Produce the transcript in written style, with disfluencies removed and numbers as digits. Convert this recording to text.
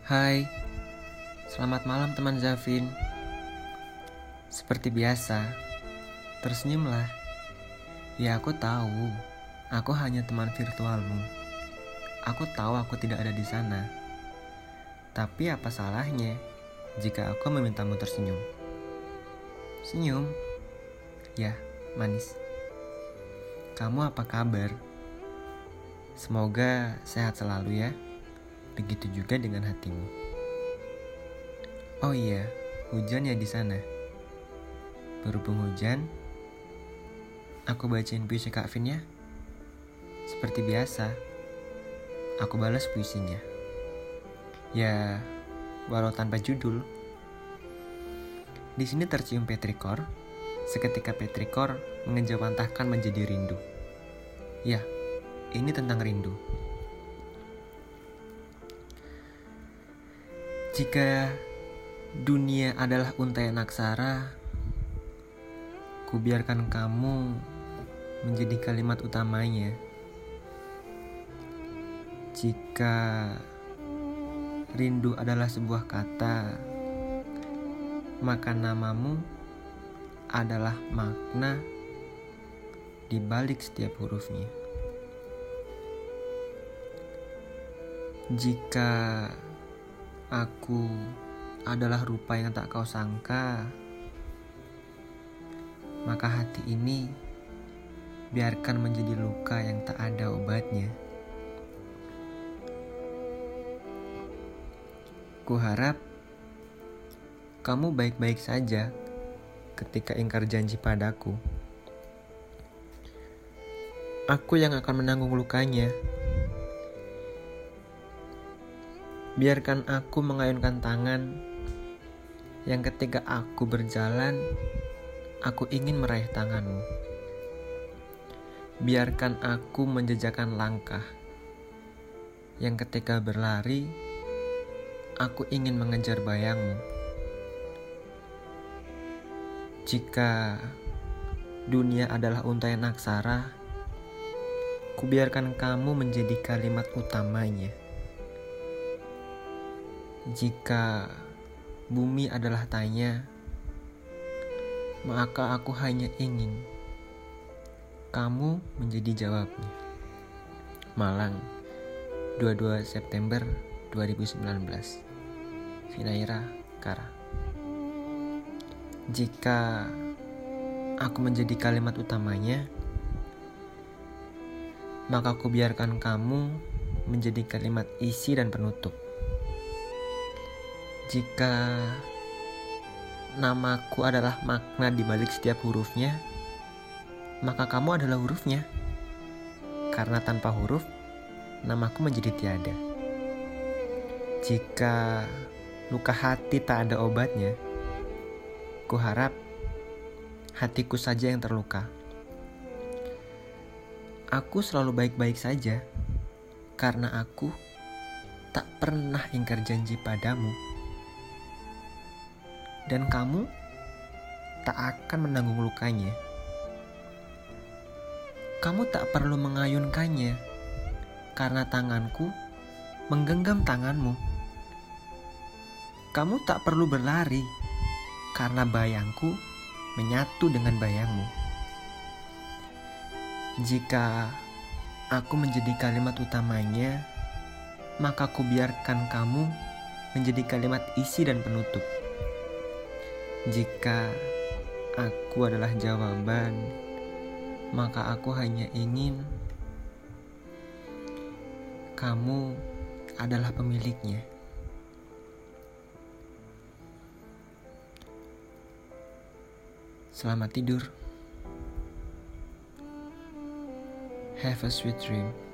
Hai, selamat malam teman Zafin. Seperti biasa, tersenyumlah. Ya aku tahu, aku hanya teman virtualmu. Aku tahu aku tidak ada di sana. Tapi apa salahnya jika aku memintamu tersenyum? Senyum, ya manis. Kamu apa kabar? Semoga sehat selalu ya. Begitu juga dengan hatimu. Oh iya, hujan ya di sana. Berhubung hujan, aku bacain puisi Kak Vin ya. Seperti biasa, aku balas puisinya. Ya, walau tanpa judul. Di sini tercium petrikor. Seketika petrikor mengejawantahkan menjadi rindu. Ya, ini tentang rindu. Jika dunia adalah untaian aksara, ku biarkan kamu menjadi kalimat utamanya. Jika rindu adalah sebuah kata, maka namamu adalah makna di balik setiap hurufnya. Jika aku adalah rupa yang tak kau sangka, maka hati ini biarkan menjadi luka yang tak ada obatnya. Kuharap kamu baik-baik saja ketika ingkar janji padaku. Aku yang akan menanggung lukanya. Biarkan aku mengayunkan tangan yang ketika aku berjalan, aku ingin meraih tanganmu. Biarkan aku menjejakkan langkah yang ketika berlari, aku ingin mengejar bayangmu. Jika dunia adalah untaian aksara, ku biarkan kamu menjadi kalimat utamanya. Jika bumi adalah tanya, maka aku hanya ingin kamu menjadi jawabnya. Malang, 22 September 2019. Vinaira Kara. Jika aku menjadi kalimat utamanya, maka aku biarkan kamu menjadi kalimat isi dan penutup. Jika namaku adalah makna di balik setiap hurufnya, maka kamu adalah hurufnya. Karena tanpa huruf, namaku menjadi tiada. Jika luka hati tak ada obatnya, kuharap hatiku saja yang terluka. Aku selalu baik-baik saja, karena aku tak pernah ingkar janji padamu. Dan kamu tak akan menanggung lukanya. Kamu tak perlu mengayunkannya, karena tanganku menggenggam tanganmu. Kamu tak perlu berlari, karena bayangku menyatu dengan bayangmu. Jika aku menjadi kalimat utamanya, maka ku biarkan kamu menjadi kalimat isi dan penutup. Jika aku adalah jawaban, maka aku hanya ingin kamu adalah pemiliknya. Selamat tidur. Have a sweet dream.